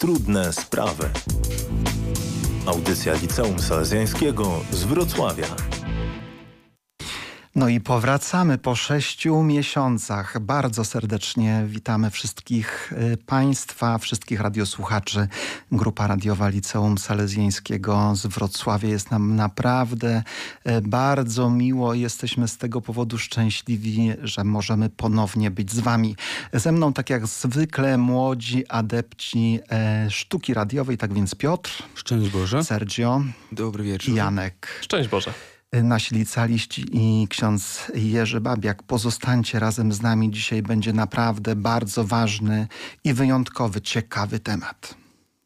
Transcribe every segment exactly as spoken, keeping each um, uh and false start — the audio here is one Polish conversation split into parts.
Trudne sprawy. Audycja Liceum Salezjańskiego z Wrocławia. No i powracamy po sześciu miesiącach. Bardzo serdecznie witamy wszystkich Państwa, wszystkich radiosłuchaczy. Grupa radiowa Liceum Salezjańskiego z Wrocławia. Jest nam naprawdę bardzo miło. Jesteśmy z tego powodu szczęśliwi, że możemy ponownie być z Wami. Ze mną, tak jak zwykle, młodzi adepci e, sztuki radiowej. Tak więc Piotr. Szczęść Boże. Sergio. Dobry wieczór. I Janek. Szczęść Boże. Nasi licealiści i ksiądz Jerzy Babiak. Pozostańcie razem z nami. Dzisiaj będzie naprawdę bardzo ważny i wyjątkowy, ciekawy temat.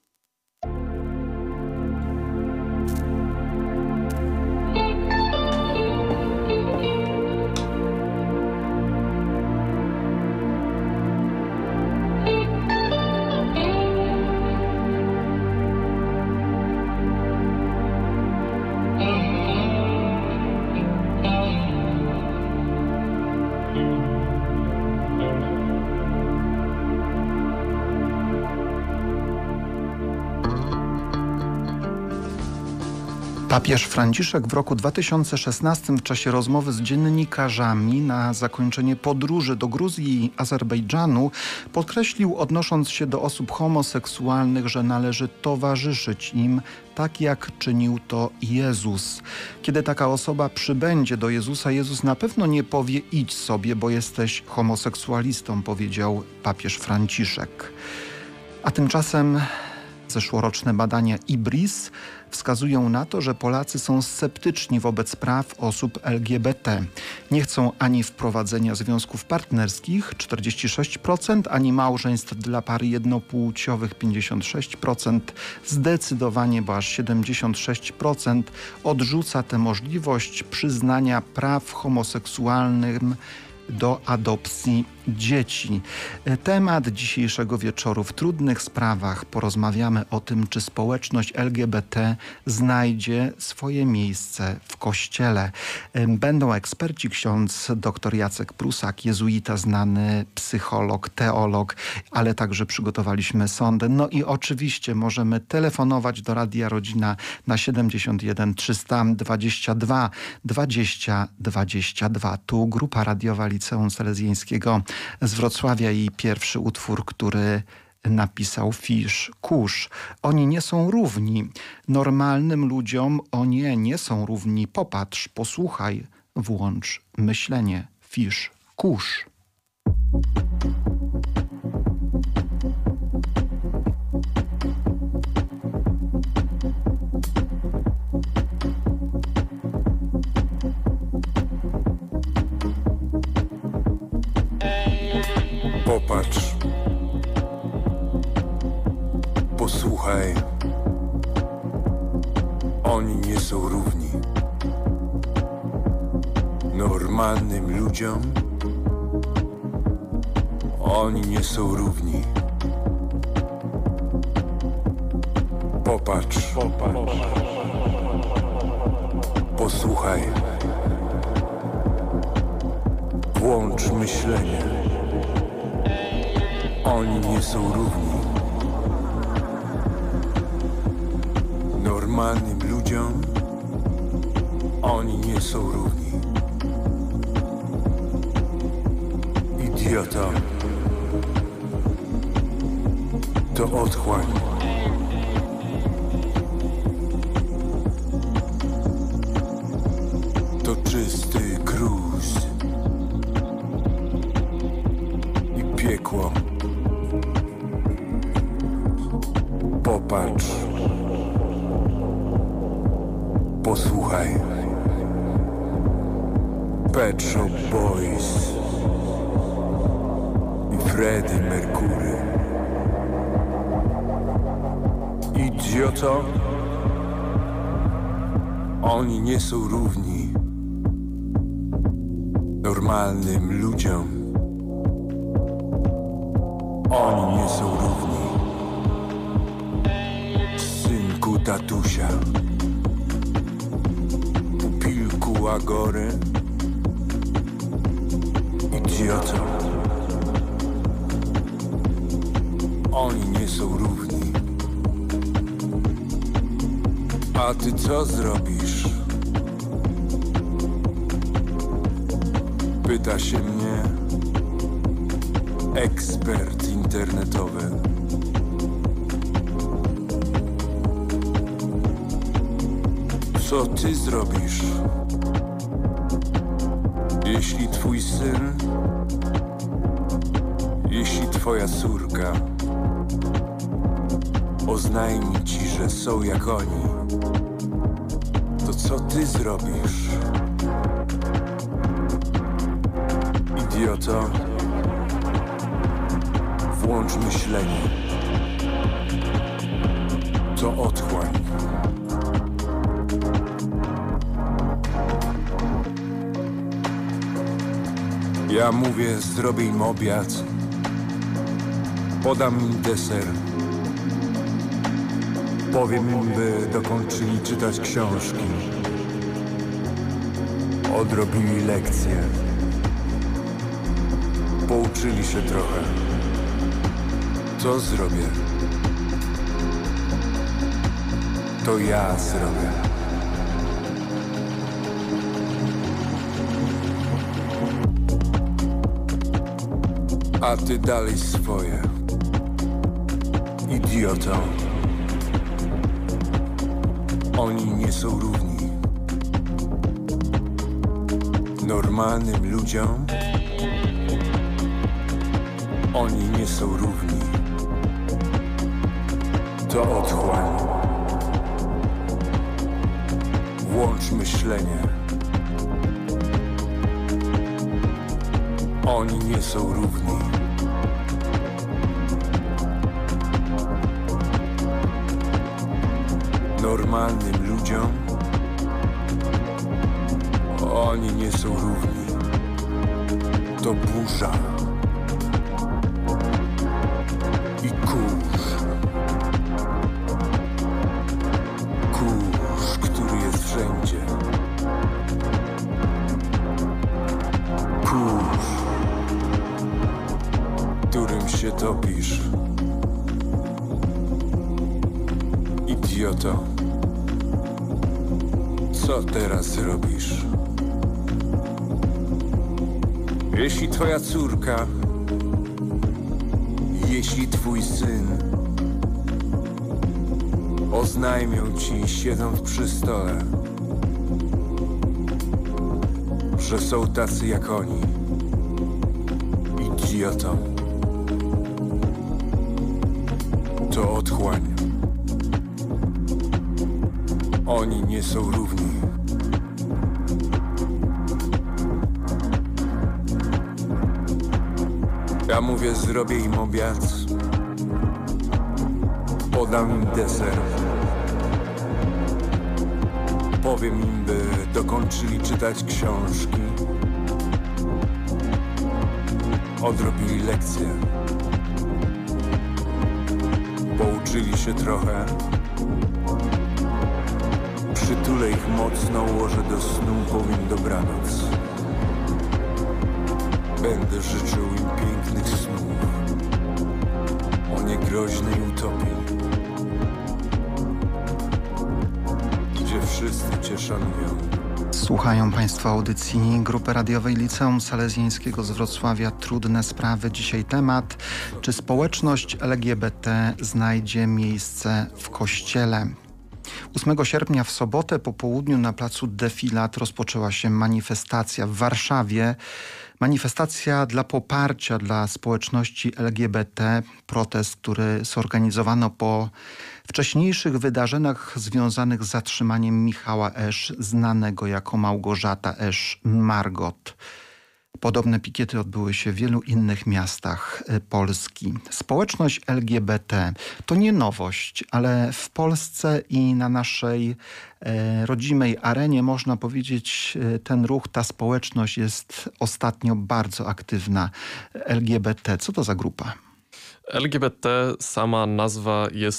Papież Franciszek w roku dwa tysiące szesnastym w czasie rozmowy z dziennikarzami na zakończenie podróży do Gruzji i Azerbejdżanu podkreślił, odnosząc się do osób homoseksualnych, że należy towarzyszyć im, tak jak czynił to Jezus. Kiedy taka osoba przybędzie do Jezusa, Jezus na pewno nie powie: idź sobie, bo jesteś homoseksualistą, powiedział papież Franciszek. A tymczasem zeszłoroczne badania I B R I S wskazują na to, że Polacy są sceptyczni wobec praw osób L G B T. Nie chcą ani wprowadzenia związków partnerskich czterdzieści sześć procent, ani małżeństw dla par jednopłciowych pięćdziesiąt sześć procent. Zdecydowanie, bo aż siedemdziesiąt sześć procent odrzuca tę możliwość przyznania praw homoseksualnym do adopcji dzieci. Temat dzisiejszego wieczoru: w trudnych sprawach porozmawiamy o tym, czy społeczność L G B T znajdzie swoje miejsce w Kościele. Będą eksperci: ksiądz dr Jacek Prusak, jezuita, znany psycholog, teolog, ale także przygotowaliśmy sondę. No i oczywiście możemy telefonować do Radia Rodzina na siedemdziesiąt jeden trzysta dwadzieścia dwa dwadzieścia dwadzieścia dwa. Tu grupa radiowa Liceum Salezjańskiego z Wrocławia i pierwszy utwór, który napisał Fisz, Kurz. Oni nie są równi. Normalnym ludziom o nie, nie są równi. Popatrz, posłuchaj, włącz myślenie. Fisz, Kurz. Popatrz, posłuchaj, oni nie są równi. Normalnym ludziom oni nie są równi. Popatrz, popatrz, posłuchaj, włącz myślenie. Oni nie są równi. Normalnym ludziom oni nie są równi. Idiota, to otchłań. To czysty gruz i piekło. Popatrz, posłuchaj. Pet Shop Boys i Freddie Mercury. Idioto, oni nie są równi. Normalnym ludziom oni nie są równi. Synku tatusia, pupilku Agory. Idioto, oni nie są równi. A ty co zrobisz? Pyta się mnie ekspert internetowy. Co ty zrobisz, jeśli twój syn, jeśli twoja córka oznajmi ci, że są jak oni? To co ty zrobisz? Idioto, włącz myślenie. To otchłań. Ja mówię, zrobię im obiad, podam im deser, powiem im, by dokończyli czytać książki, odrobili lekcje, pouczyli się trochę. Co zrobię? To ja zrobię. A ty dalej swoje. Idioto. Oni nie są równi normalnym ludziom. Oni nie są równi. To otchłań. Włącz myślenie. Oni nie są równi. Normalnym ludziom. Oni nie są równi. To burza i kurz. Kurz, który jest wszędzie. Kurz, którym się topisz. Idioto. Co teraz robisz? Jeśli twoja córka, jeśli twój syn oznajmią ci, siedząc przy stole, że są tacy jak oni, idioto, to otchłań. Oni nie są równi. Ja mówię, zrobię im obiad, podam im deser, powiem im, by dokończyli czytać książki, odrobili lekcje, pouczyli się trochę. Przytulę ich mocno, ułożę do snu, powiem dobranoc. Będę życzył im pięknych snów o niegroźnej utopii, gdzie wszyscy cię szanują. Słuchają Państwo audycji Grupy Radiowej Liceum Salezjańskiego z Wrocławia. Trudne sprawy. Dzisiaj temat: czy społeczność L G B T znajdzie miejsce w kościele? ósmego sierpnia w sobotę po południu na placu Defilat rozpoczęła się manifestacja w Warszawie. Manifestacja dla poparcia dla społeczności L G B T. Protest, który zorganizowano po wcześniejszych wydarzeniach związanych z zatrzymaniem Michała Esz, znanego jako Małgorzata Esz Margot. Podobne pikiety odbyły się w wielu innych miastach Polski. Społeczność L G B T to nie nowość, ale w Polsce i na naszej e, rodzimej arenie, można powiedzieć, ten ruch, ta społeczność jest ostatnio bardzo aktywna. L G B T, co to za grupa? L G B T, sama nazwa jest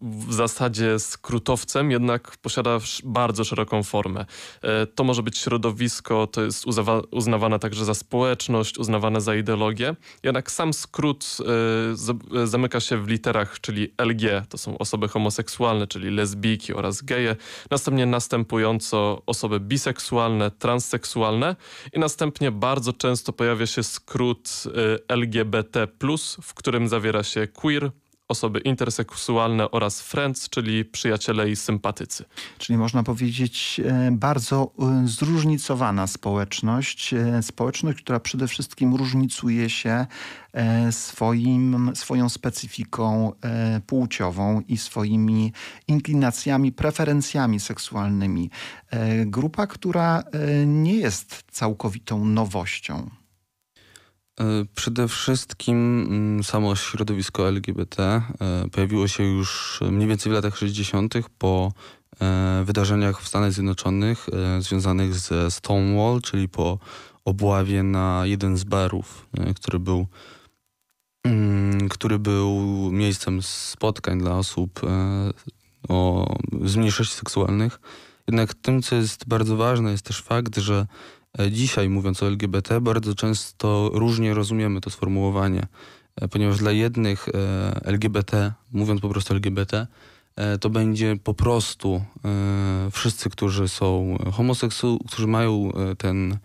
w zasadzie skrótowcem, jednak posiada bardzo szeroką formę. To może być środowisko, to jest uznawane także za społeczność, uznawane za ideologię. Jednak sam skrót zamyka się w literach, czyli L G, to są osoby homoseksualne, czyli lesbijki oraz geje. Następnie następująco osoby biseksualne, transseksualne i następnie bardzo często pojawia się skrót L G B T plus, w którym zawiera się queer, osoby interseksualne oraz friends, czyli przyjaciele i sympatycy. Czyli można powiedzieć bardzo zróżnicowana społeczność. Społeczność, która przede wszystkim różnicuje się swoim, swoją specyfiką płciową i swoimi inklinacjami, preferencjami seksualnymi. Grupa, która nie jest całkowitą nowością. Przede wszystkim samo środowisko L G B T pojawiło się już mniej więcej w latach sześćdziesiątych po wydarzeniach w Stanach Zjednoczonych związanych ze Stonewall, czyli po obławie na jeden z barów, który był, który był miejscem spotkań dla osób o, z mniejszości seksualnych. Jednak tym, co jest bardzo ważne, jest też fakt, że dzisiaj, mówiąc o L G B T, bardzo często różnie rozumiemy to sformułowanie, ponieważ dla jednych L G B T, mówiąc po prostu L G B T, to będzie po prostu wszyscy, którzy są homoseksu, którzy mają ten,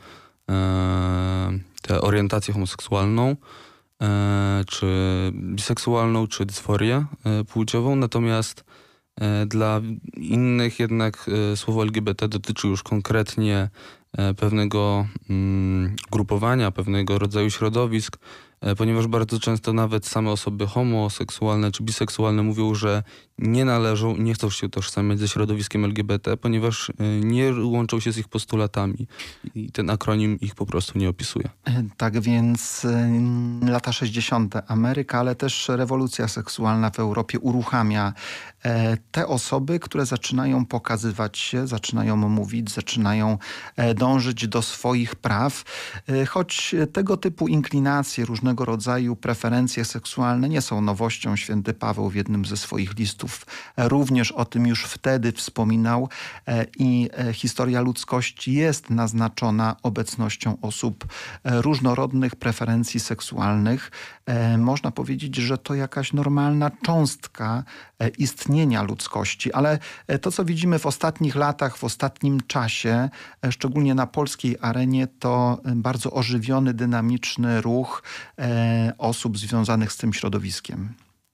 tę orientację homoseksualną, czy biseksualną, czy dysforię płciową, natomiast dla innych jednak słowo L G B T dotyczy już konkretnie pewnego mm, grupowania, pewnego rodzaju środowisk, ponieważ bardzo często nawet same osoby homoseksualne czy biseksualne mówią, że nie należą, nie chcą się tożsamiać ze środowiskiem L G B T, ponieważ nie łączą się z ich postulatami i ten akronim ich po prostu nie opisuje. Tak więc lata sześćdziesiąte Ameryka, ale też rewolucja seksualna w Europie uruchamia te osoby, które zaczynają pokazywać się, zaczynają mówić, zaczynają dążyć do swoich praw, choć tego typu inklinacje, różnego rodzaju preferencje seksualne nie są nowością. Święty Paweł w jednym ze swoich listów również o tym już wtedy wspominał i historia ludzkości jest naznaczona obecnością osób różnorodnych preferencji seksualnych. Można powiedzieć, że to jakaś normalna cząstka istnienia ludzkości, ale to, co widzimy w ostatnich latach, w ostatnim czasie, szczególnie na polskiej arenie, to bardzo ożywiony, dynamiczny ruch osób związanych z tym środowiskiem.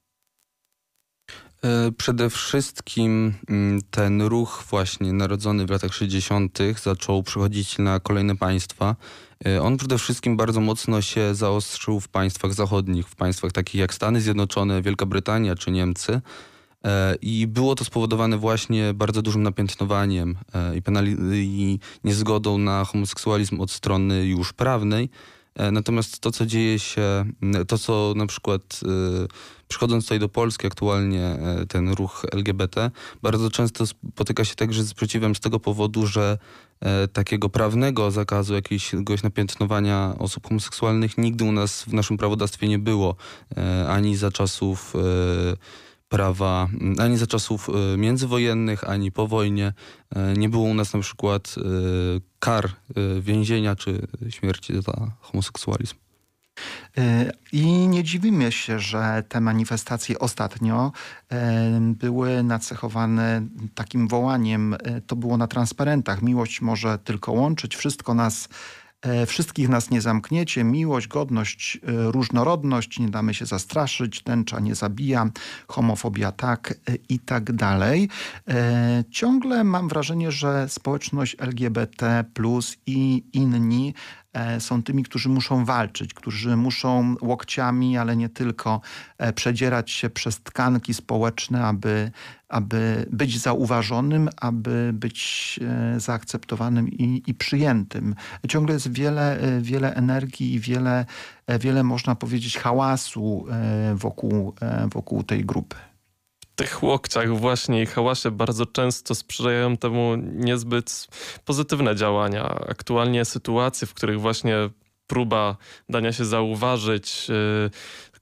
Przede wszystkim ten ruch właśnie narodzony w latach sześćdziesiątych zaczął przechodzić na kolejne państwa. On przede wszystkim bardzo mocno się zaostrzył w państwach zachodnich, w państwach takich jak Stany Zjednoczone, Wielka Brytania czy Niemcy. I było to spowodowane właśnie bardzo dużym napiętnowaniem i, penali- i niezgodą na homoseksualizm od strony już prawnej. Natomiast to, co dzieje się, to co na przykład przychodząc tutaj do Polski aktualnie ten ruch L G B T bardzo często spotyka się także z sprzeciwem z tego powodu, że takiego prawnego zakazu jakiegoś napiętnowania osób homoseksualnych nigdy u nas w naszym prawodawstwie nie było. Ani za czasów prawa, ani za czasów międzywojennych, ani po wojnie. Nie było u nas na przykład kar więzienia czy śmierci za homoseksualizm. I nie dziwimy się, że te manifestacje ostatnio były nacechowane takim wołaniem, to było na transparentach: miłość może tylko łączyć, wszystko nas Wszystkich nas nie zamkniecie, miłość, godność, różnorodność, nie damy się zastraszyć, tęcza nie zabija, homofobia tak i tak dalej. Ciągle mam wrażenie, że społeczność L G B T plus i inni są tymi, którzy muszą walczyć, którzy muszą łokciami, ale nie tylko, przedzierać się przez tkanki społeczne, aby, aby być zauważonym, aby być zaakceptowanym i, i przyjętym. Ciągle jest wiele, wiele energii i wiele, wiele, można powiedzieć, hałasu wokół, wokół tej grupy. W tych łokciach właśnie i hałasie bardzo często sprzyjają temu niezbyt pozytywne działania. Aktualnie sytuacje, w których właśnie próba dania się zauważyć,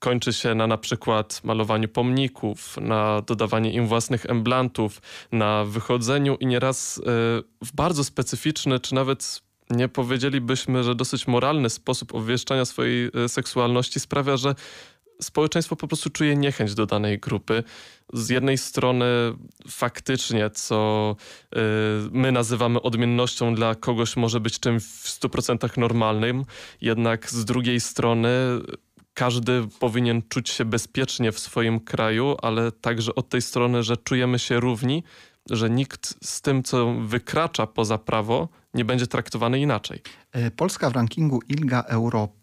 kończy się na na przykład malowaniu pomników, na dodawaniu im własnych emblantów, na wychodzeniu i nieraz w bardzo specyficzny, czy nawet nie powiedzielibyśmy, że dosyć moralny sposób obwieszczania swojej seksualności sprawia, że społeczeństwo po prostu czuje niechęć do danej grupy. Z jednej strony faktycznie, co y, my nazywamy odmiennością, dla kogoś może być czymś w stu procentach normalnym, jednak z drugiej strony każdy powinien czuć się bezpiecznie w swoim kraju, ale także od tej strony, że czujemy się równi, że nikt z tym, co wykracza poza prawo, nie będzie traktowany inaczej. Polska w rankingu ILGA Europy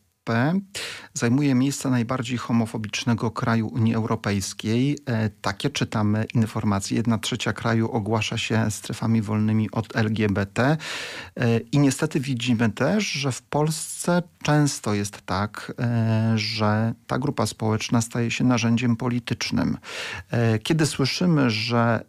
zajmuje miejsce najbardziej homofobicznego kraju Unii Europejskiej. Takie czytamy informacje. Jedna trzecia kraju ogłasza się strefami wolnymi od L G B T. I niestety widzimy też, że w Polsce często jest tak, że ta grupa społeczna staje się narzędziem politycznym. Kiedy słyszymy, że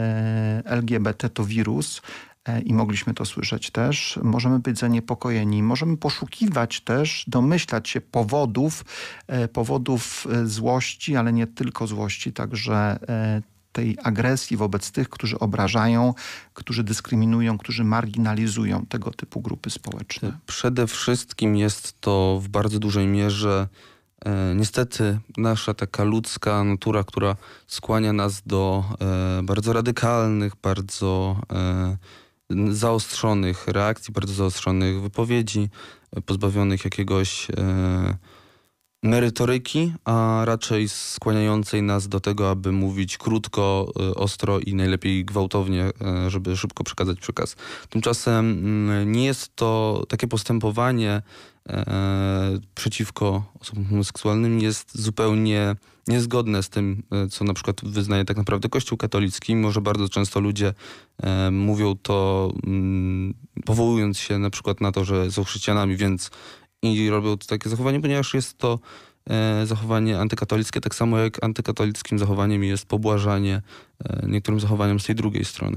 L G B T to wirus, i mogliśmy to słyszeć też, możemy być zaniepokojeni. Możemy poszukiwać też, domyślać się powodów, powodów złości, ale nie tylko złości, także tej agresji wobec tych, którzy obrażają, którzy dyskryminują, którzy marginalizują tego typu grupy społeczne. Przede wszystkim jest to w bardzo dużej mierze e, niestety nasza taka ludzka natura, która skłania nas do e, bardzo radykalnych, bardzo e, zaostrzonych reakcji, bardzo zaostrzonych wypowiedzi, pozbawionych jakiegoś e, merytoryki, a raczej skłaniającej nas do tego, aby mówić krótko, e, ostro i najlepiej gwałtownie, e, żeby szybko przekazać przekaz. Tymczasem m, nie jest to takie postępowanie e, przeciwko osobom homoseksualnym jest zupełnie niezgodne z tym, co na przykład wyznaje tak naprawdę Kościół katolicki, mimo że bardzo często ludzie e, mówią to m, powołując się na przykład na to, że są chrześcijanami, więc i robią to takie zachowanie, ponieważ jest to e, zachowanie antykatolickie, tak samo jak antykatolickim zachowaniem jest pobłażanie e, niektórym zachowaniom z tej drugiej strony.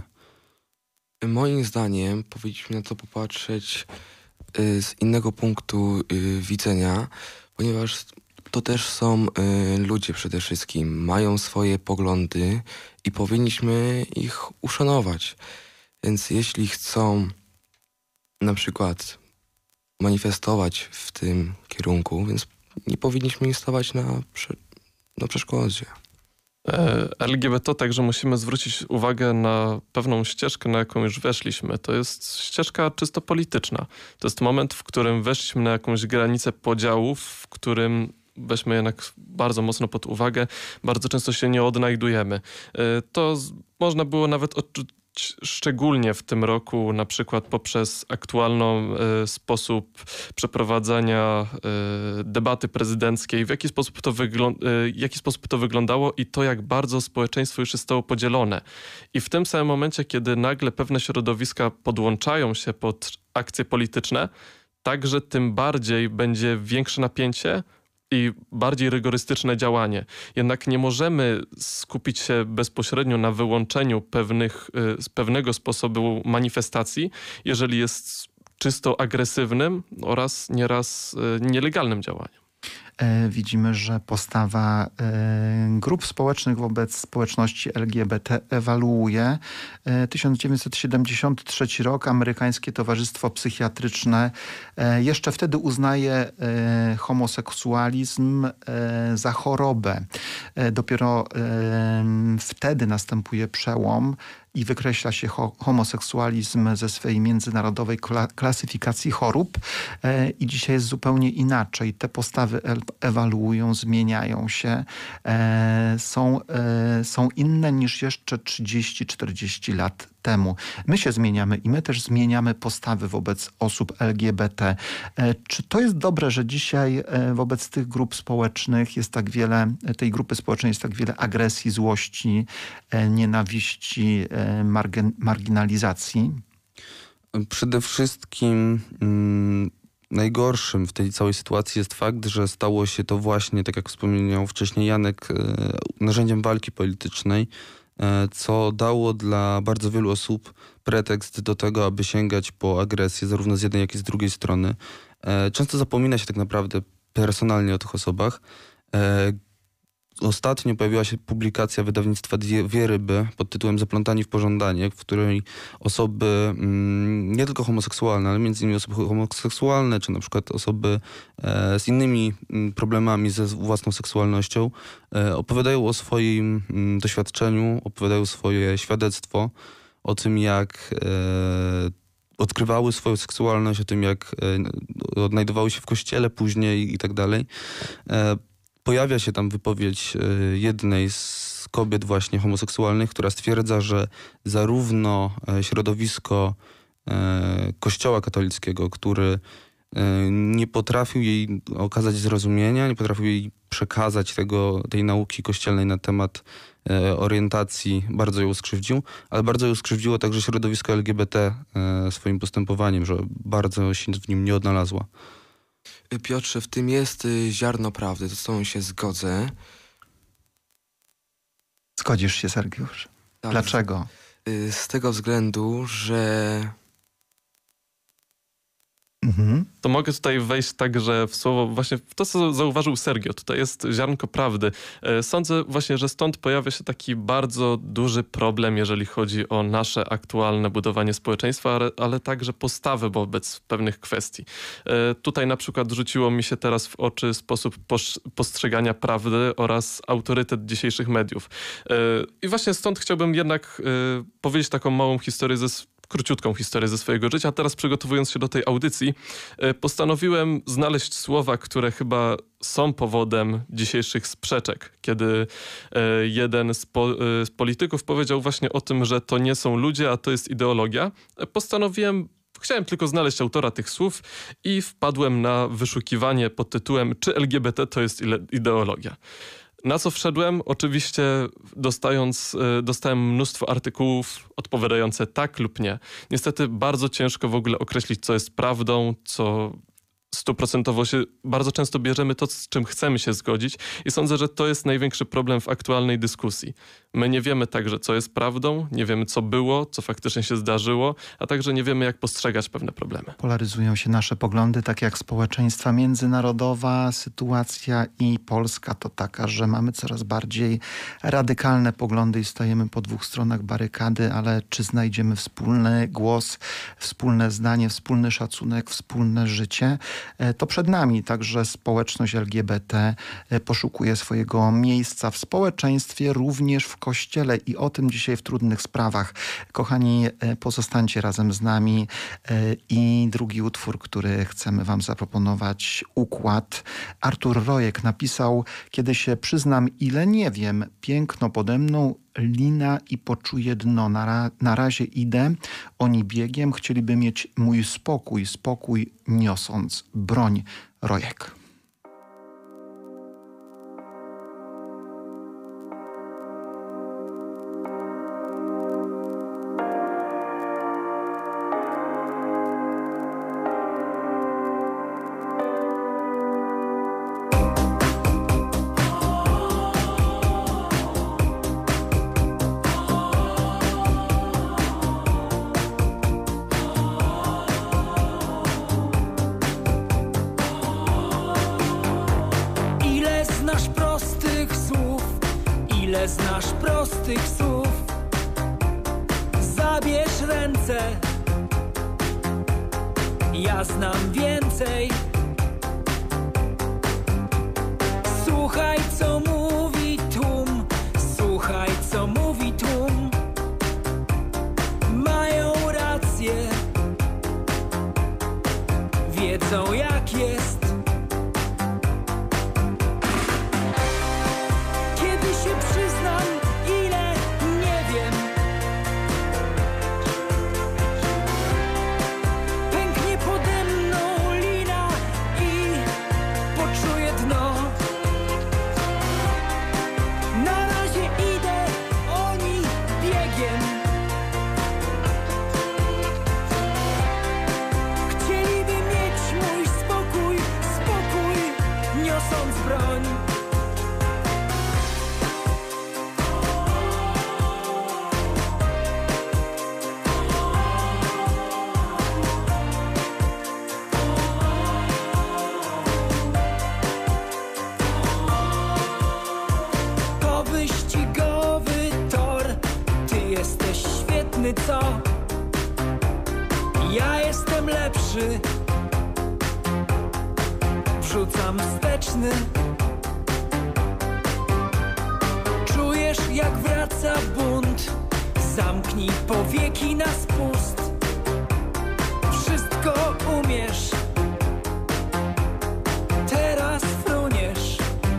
Moim zdaniem powinniśmy na to popatrzeć y, z innego punktu y, widzenia, ponieważ to też są y, ludzie przede wszystkim, mają swoje poglądy i powinniśmy ich uszanować. Więc jeśli chcą na przykład manifestować w tym kierunku, więc nie powinniśmy im stawać na, prze, na przeszkodzie. L G B T także musimy zwrócić uwagę na pewną ścieżkę, na jaką już weszliśmy. To jest ścieżka czysto polityczna. To jest moment, w którym weszliśmy na jakąś granicę podziałów, w którym weźmy jednak bardzo mocno pod uwagę, bardzo często się nie odnajdujemy. To można było nawet odczuć szczególnie w tym roku, na przykład poprzez aktualną y, sposób przeprowadzania y, debaty prezydenckiej, w jaki sposób to wyglą- y, jaki sposób to wyglądało i to, jak bardzo społeczeństwo już zostało podzielone. I w tym samym momencie, kiedy nagle pewne środowiska podłączają się pod akcje polityczne, także tym bardziej będzie większe napięcie i bardziej rygorystyczne działanie. Jednak nie możemy skupić się bezpośrednio na wyłączeniu pewnych, z pewnego sposobu manifestacji, jeżeli jest czysto agresywnym oraz nieraz nielegalnym działaniem. Widzimy, że postawa grup społecznych wobec społeczności L G B T ewoluuje. tysiąc dziewięćset siedemdziesiąty trzeci rok, amerykańskie Towarzystwo Psychiatryczne jeszcze wtedy uznaje homoseksualizm za chorobę. Dopiero wtedy następuje przełom i wykreśla się ho- homoseksualizm ze swej międzynarodowej kla- klasyfikacji chorób e, i dzisiaj jest zupełnie inaczej. Te postawy e- ewaluują, zmieniają się, e, są, e, są inne niż jeszcze trzydzieści czterdzieści lat temu. My się zmieniamy i my też zmieniamy postawy wobec osób L G B T. E, czy to jest dobre, że dzisiaj e, wobec tych grup społecznych jest tak wiele, tej grupy społecznej jest tak wiele agresji, złości, e, nienawiści, e, Margen, marginalizacji? Przede wszystkim mm, najgorszym w tej całej sytuacji jest fakt, że stało się to właśnie, tak jak wspomniał wcześniej Janek, e, narzędziem walki politycznej, e, co dało dla bardzo wielu osób pretekst do tego, aby sięgać po agresję zarówno z jednej, jak i z drugiej strony. E, często zapomina się tak naprawdę personalnie o tych osobach. Ostatnio pojawiła się publikacja wydawnictwa Dwie Ryby pod tytułem Zaplątani w pożądanie, w której osoby, nie tylko homoseksualne, ale między innymi osoby homoseksualne, czy na przykład osoby z innymi problemami ze własną seksualnością, opowiadają o swoim doświadczeniu, opowiadają swoje świadectwo, o tym, jak odkrywały swoją seksualność, o tym, jak odnajdowały się w kościele później i tak dalej. Pojawia się tam wypowiedź jednej z kobiet właśnie homoseksualnych, która stwierdza, że zarówno środowisko Kościoła katolickiego, który nie potrafił jej okazać zrozumienia, nie potrafił jej przekazać tego, tej nauki kościelnej na temat orientacji, bardzo ją skrzywdził, ale bardzo ją skrzywdziło także środowisko L G B T swoim postępowaniem, że bardzo się w nim nie odnalazła. Piotrze, w tym jest y, ziarno prawdy, to z tobą się zgodzę. Zgodzisz się, Sergiusz? Tak, Dlaczego? Y, z tego względu, że... Mhm. To mogę tutaj wejść także w słowo, właśnie w to, co zauważył Sergio. Tutaj jest ziarnko prawdy. Sądzę właśnie, że stąd pojawia się taki bardzo duży problem, jeżeli chodzi o nasze aktualne budowanie społeczeństwa, ale, ale także postawę wobec pewnych kwestii. Tutaj na przykład rzuciło mi się teraz w oczy sposób postrzegania prawdy oraz autorytet dzisiejszych mediów. I właśnie stąd chciałbym jednak powiedzieć taką małą historię ze króciutką historię ze swojego życia. A teraz, przygotowując się do tej audycji, postanowiłem znaleźć słowa, które chyba są powodem dzisiejszych sprzeczek. Kiedy jeden z, po, z polityków powiedział właśnie o tym, że to nie są ludzie, a to jest ideologia, postanowiłem Chciałem tylko znaleźć autora tych słów i wpadłem na wyszukiwanie pod tytułem czy L G B T to jest ideologia. Na co wszedłem? Oczywiście dostając, dostałem mnóstwo artykułów odpowiadające tak lub nie. Niestety bardzo ciężko w ogóle określić, co jest prawdą, co stuprocentowo się, bardzo często bierzemy to, z czym chcemy się zgodzić i sądzę, że to jest największy problem w aktualnej dyskusji. My nie wiemy także, co jest prawdą, nie wiemy, co było, co faktycznie się zdarzyło, a także nie wiemy, jak postrzegać pewne problemy. Polaryzują się nasze poglądy, tak jak społeczeństwa międzynarodowa, sytuacja i Polska to taka, że mamy coraz bardziej radykalne poglądy i stajemy po dwóch stronach barykady, ale czy znajdziemy wspólny głos, wspólne zdanie, wspólny szacunek, wspólne życie? To przed nami, także społeczność L G B T poszukuje swojego miejsca w społeczeństwie, również w Kościele i o tym dzisiaj w Trudnych Sprawach. Kochani, pozostańcie razem z nami i drugi utwór, który chcemy wam zaproponować, Układ. Artur Rojek napisał: kiedy się przyznam, ile nie wiem, piękno pode mną lina i poczuję dno. Na, ra na razie idę, oni biegiem chcieliby mieć mój spokój, spokój niosąc broń. Rojek. Znasz prostych słów, zabierz ręce, ja znam więcej. Słuchaj, co mówi tłum, słuchaj, co mówi tłum. Mają rację, wiedzą jak jest. wiemy co. Ja jestem lepszy, wrzucam wsteczny. Czujesz jak wraca bunt, zamknij powieki na spust. Wszystko umiesz, teraz fruniesz.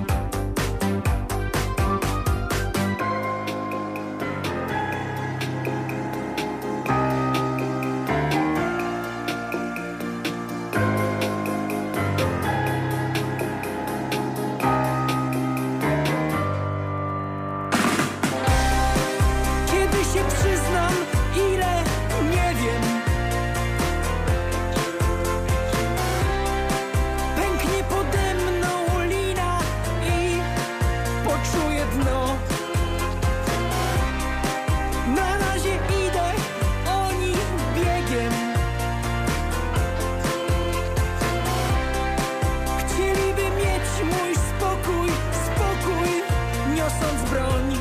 Kiedy się przyznam, ile nie wiem, pęknie pode mną lina i poczuję dno. Na razie idę, oni biegiem. Chcieliby mieć mój spokój, spokój, niosąc broń.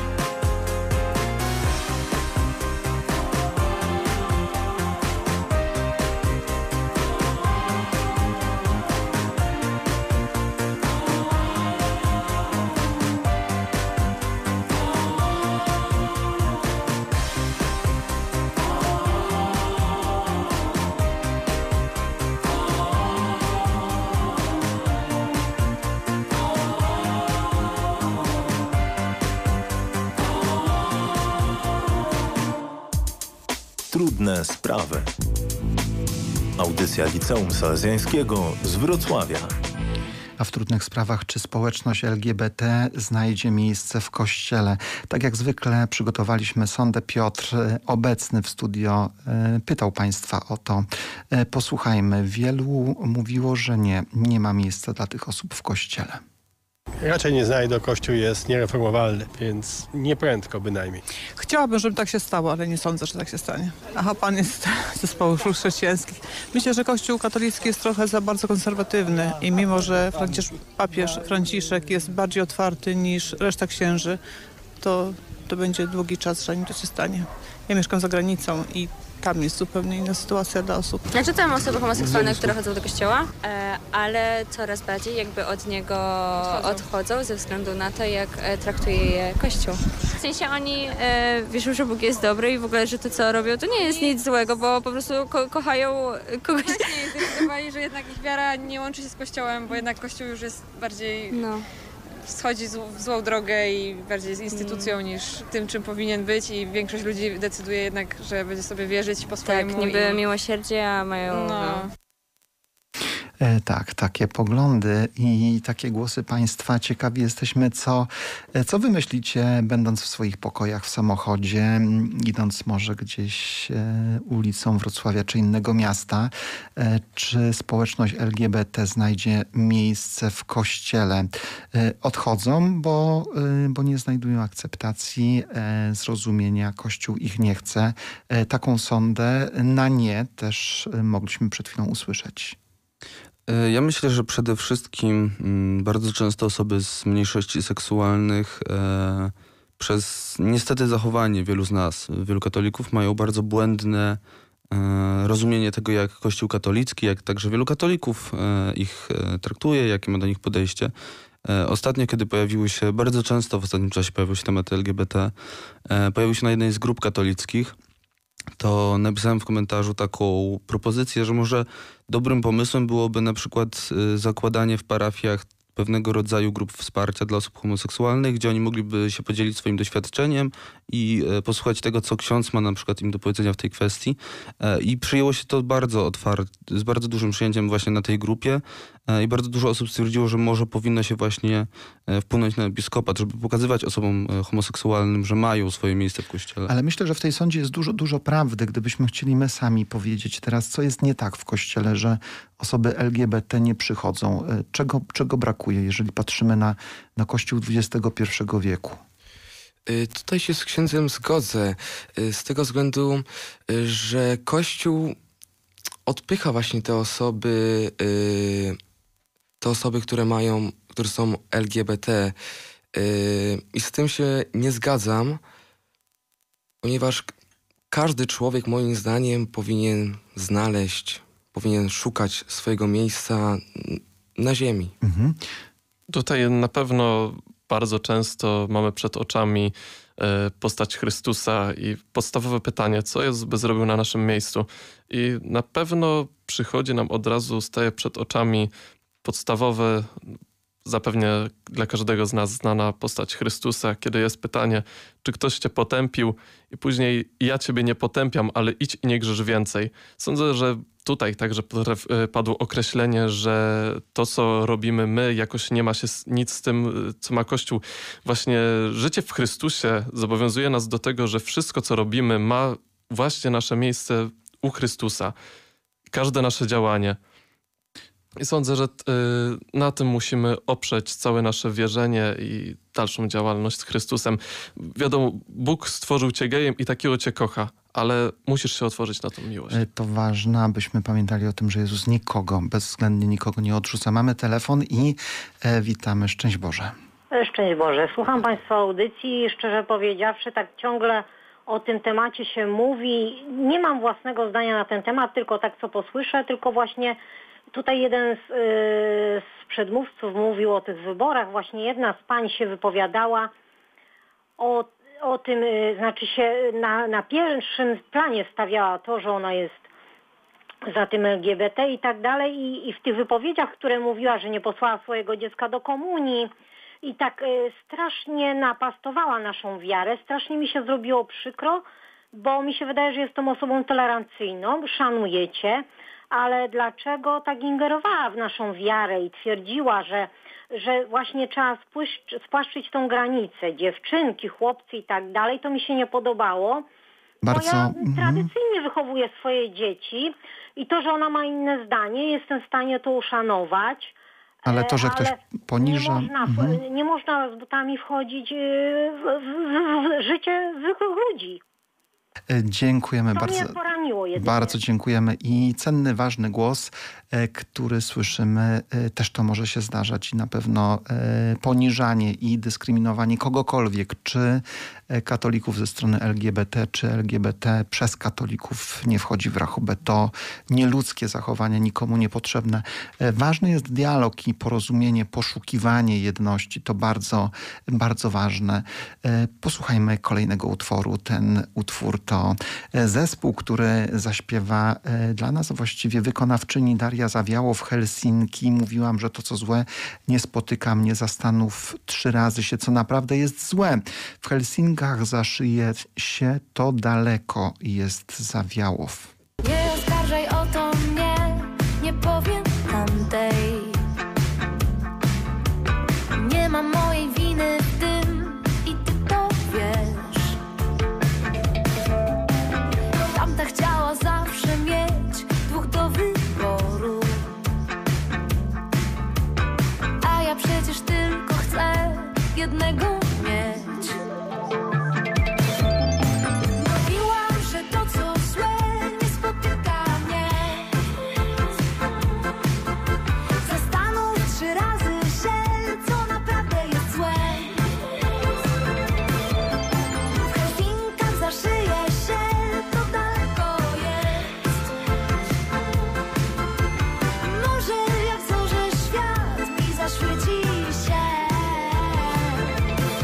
Trudne sprawy. Audycja Liceum Salezjańskiego z Wrocławia. A w trudnych sprawach, czy społeczność L G B T znajdzie miejsce w kościele? Tak jak zwykle przygotowaliśmy sondę. Piotr, obecny w studio, pytał Państwa o to. Posłuchajmy. Wielu mówiło, że nie, nie ma miejsca dla tych osób w kościele. Raczej nie znajdę, Kościół jest niereformowalny, więc nieprędko bynajmniej. Chciałabym, żeby tak się stało, ale nie sądzę, że tak się stanie. Aha, pan jest z zespołu szkół chrześcijańskich. Myślę, że Kościół katolicki jest trochę za bardzo konserwatywny i mimo, że Francisz, papież Franciszek jest bardziej otwarty niż reszta księży, to, to będzie długi czas, zanim to się stanie. Ja mieszkam za granicą i tam jest zupełnie inna sytuacja dla osób. Znaczy tam osoby homoseksualne, które chodzą do kościoła, e, ale coraz bardziej jakby od niego odchodzą. odchodzą ze względu na to, jak e, traktuje je Kościół. W sensie oni e, wierzą, że Bóg jest dobry i w ogóle, że to co robią, to nie jest nic złego, bo po prostu ko kochają kogoś. Właśnie, zdecydowali, że jednak ich wiara nie łączy się z Kościołem, bo jednak Kościół już jest bardziej... No. Schodzi w złą drogę i bardziej z instytucją niż tym, czym powinien być i większość ludzi decyduje jednak, że będzie sobie wierzyć po swojemu. Tak, niby i... miłosierdzie, a mają... No. No. E, tak, takie poglądy i takie głosy Państwa. Ciekawi jesteśmy, co, co wy myślicie, będąc w swoich pokojach w samochodzie, idąc może gdzieś e, ulicą Wrocławia czy innego miasta. E, czy społeczność L G B T znajdzie miejsce w kościele? E, odchodzą, bo, e, bo nie znajdują akceptacji, e, zrozumienia. Kościół ich nie chce. E, taką sondę na nie też e, mogliśmy przed chwilą usłyszeć. Ja myślę, że przede wszystkim m, bardzo często osoby z mniejszości seksualnych e, przez niestety zachowanie wielu z nas, wielu katolików, mają bardzo błędne e, rozumienie tego, jak Kościół katolicki, jak także wielu katolików e, ich e, traktuje, jakie ma do nich podejście. E, ostatnio, kiedy pojawiły się, bardzo często w ostatnim czasie pojawiły się tematy L G B T, e, pojawiły się na jednej z grup katolickich, to napisałem w komentarzu taką propozycję, że może dobrym pomysłem byłoby na przykład y, zakładanie w parafiach pewnego rodzaju grup wsparcia dla osób homoseksualnych, gdzie oni mogliby się podzielić swoim doświadczeniem i e, posłuchać tego, co ksiądz ma na przykład im do powiedzenia w tej kwestii. E, I przyjęło się to bardzo otwarcie, z bardzo dużym przyjęciem właśnie na tej grupie e, i bardzo dużo osób stwierdziło, że może powinno się właśnie e, wpłynąć na episkopat, żeby pokazywać osobom e, homoseksualnym, że mają swoje miejsce w kościele. Ale myślę, że w tej sądzie jest dużo, dużo prawdy. Gdybyśmy chcieli my sami powiedzieć teraz, co jest nie tak w kościele, że osoby L G B T nie przychodzą. Czego, czego brakuje, jeżeli patrzymy na, na Kościół dwudziestego pierwszego wieku? Tutaj się z księdzem zgodzę. Z tego względu, że Kościół odpycha właśnie te osoby, te osoby, które mają, które są L G B T. I z tym się nie zgadzam, ponieważ każdy człowiek moim zdaniem powinien znaleźć, powinien szukać swojego miejsca na ziemi. Mhm. Tutaj na pewno bardzo często mamy przed oczami postać Chrystusa i podstawowe pytanie, co Jezus by zrobił na naszym miejscu. I na pewno przychodzi nam od razu, staje przed oczami podstawowe, zapewne dla każdego z nas znana postać Chrystusa, kiedy jest pytanie, czy ktoś cię potępił i później ja ciebie nie potępiam, ale idź i nie grzesz więcej. Sądzę, że tutaj także padło określenie, że to, co robimy my, jakoś nie ma się nic z tym, co ma Kościół. Właśnie życie w Chrystusie zobowiązuje nas do tego, że wszystko, co robimy, ma właśnie nasze miejsce u Chrystusa. Każde nasze działanie. I sądzę, że y, na tym musimy oprzeć całe nasze wierzenie i dalszą działalność z Chrystusem. Wiadomo, Bóg stworzył cię gejem i takiego cię kocha, ale musisz się otworzyć na tą miłość. To ważne, abyśmy pamiętali o tym, że Jezus nikogo, bezwzględnie nikogo nie odrzuca. Mamy telefon i e, witamy. Szczęść Boże. Szczęść Boże. Słucham Państwa audycji i szczerze powiedziawszy, tak ciągle o tym temacie się mówi. Nie mam własnego zdania na ten temat, tylko tak co posłyszę, tylko właśnie tutaj jeden z, yy, z przedmówców mówił o tych wyborach. Właśnie jedna z pań się wypowiadała o, o tym, yy, znaczy się na, na pierwszym planie stawiała to, że ona jest za tym L G B T i tak dalej. I, i w tych wypowiedziach, które mówiła, że nie posłała swojego dziecka do komunii i tak yy, strasznie napastowała naszą wiarę, strasznie mi się zrobiło przykro, bo mi się wydaje, że jestem osobą tolerancyjną, szanuję cię, ale dlaczego tak ingerowała w naszą wiarę i twierdziła, że, że właśnie trzeba spłyszcz, spłaszczyć tą granicę, dziewczynki, chłopcy i tak dalej, to mi się nie podobało. Bardzo. Bo ja tradycyjnie wychowuję swoje dzieci i to, że ona ma inne zdanie, jestem w stanie to uszanować. Ale to, że ktoś poniża... Nie można, mhm. nie można z butami wchodzić w, w, w życie zwykłych ludzi. Dziękujemy to bardzo. Mnie poraniło jedynie. Bardzo dziękujemy i cenny, ważny głos, który słyszymy, też to może się zdarzać i na pewno poniżanie i dyskryminowanie kogokolwiek, czy katolików ze strony L G B T, czy L G B T przez katolików nie wchodzi w rachubę. To nieludzkie zachowanie, nikomu niepotrzebne. Ważny jest dialog i porozumienie, poszukiwanie jedności. To bardzo, bardzo ważne. Posłuchajmy kolejnego utworu. Ten utwór to zespół, który zaśpiewa dla nas właściwie wykonawczyni Daria Zawiało w Helsinki. Mówiłam, że to, co złe, nie spotyka mnie, zastanów trzy razy się, co naprawdę jest złe. W Helsinkach za szyję się, to daleko jest Zawiałow. Nie oskarżaj o to mnie, nie powiem tamtej. Nie ma mojej winy w tym i ty to wiesz. Tamta chciała zawsze mieć dwóch do wyboru, a ja przecież tylko chcę jednego mieć. Mówiłam, że to co złe nie spotyka mnie. Zastanów trzy razy się, co naprawdę jest złe. W Helsinkach za szyję się, to daleko jest. Może jak zorze świat mi zaświeci się.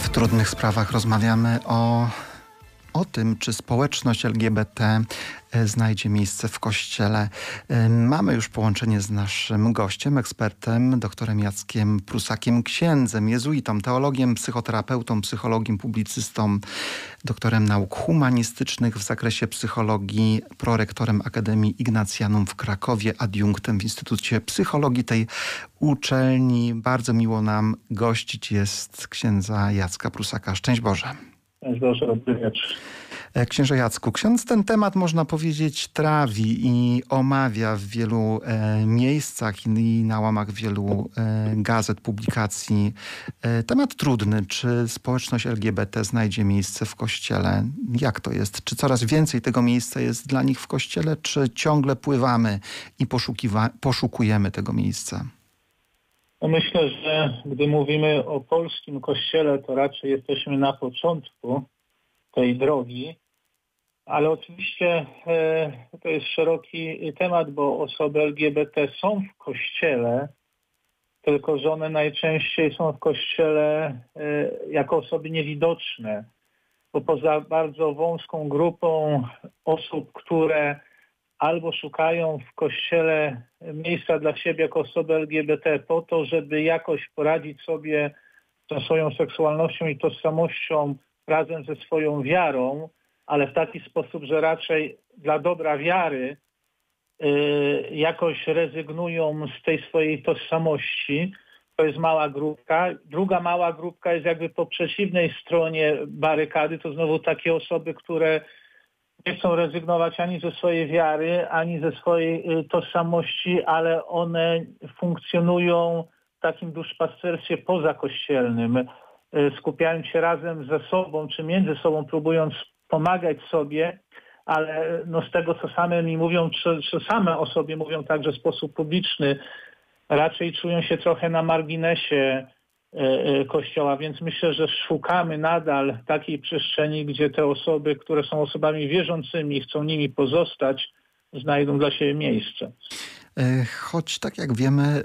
W trudnych sprawach rozmawiamy o, o tym, czy społeczność L G B T znajdzie miejsce w Kościele. Mamy już połączenie z naszym gościem, ekspertem, doktorem Jackiem Prusakiem, księdzem, jezuitą, teologiem, psychoterapeutą, psychologiem, publicystą, doktorem nauk humanistycznych w zakresie psychologii, prorektorem Akademii Ignatianum w Krakowie, adiunktem w Instytucie Psychologii tej uczelni. Bardzo miło nam gościć jest księdza Jacka Prusaka. Szczęść Boże. Szczęść Boże, dobry wieczór. Księże Jacku, ksiądz ten temat, można powiedzieć, trawi i omawia w wielu e, miejscach i na łamach wielu e, gazet, publikacji. E, temat trudny. Czy społeczność L G B T znajdzie miejsce w Kościele? Jak to jest? Czy coraz więcej tego miejsca jest dla nich w Kościele, czy ciągle pływamy i poszukiwa- poszukujemy tego miejsca? No myślę, że gdy mówimy o polskim Kościele, to raczej jesteśmy na początku tej drogi, ale oczywiście e, to jest szeroki temat, bo osoby L G B T są w Kościele, tylko że one najczęściej są w Kościele e, jako osoby niewidoczne, bo poza bardzo wąską grupą osób, które albo szukają w Kościele miejsca dla siebie jako osoby L G B T po to, żeby jakoś poradzić sobie ze swoją seksualnością i tożsamością razem ze swoją wiarą, ale w taki sposób, że raczej dla dobra wiary yy, jakoś rezygnują z tej swojej tożsamości. To jest mała grupka. Druga mała grupka jest jakby po przeciwnej stronie barykady. To znowu takie osoby, które nie chcą rezygnować ani ze swojej wiary, ani ze swojej y, tożsamości, ale one funkcjonują w takim duszpasterstwie pozakościelnym, y, skupiając się razem ze sobą, czy między sobą, próbując pomagać sobie, ale no, z tego, co same mi mówią, czy, czy same o sobie mówią także w sposób publiczny, raczej czują się trochę na marginesie Kościoła, więc myślę, że szukamy nadal takiej przestrzeni, gdzie te osoby, które są osobami wierzącymi i chcą nimi pozostać, znajdą dla siebie miejsce. Choć tak jak wiemy,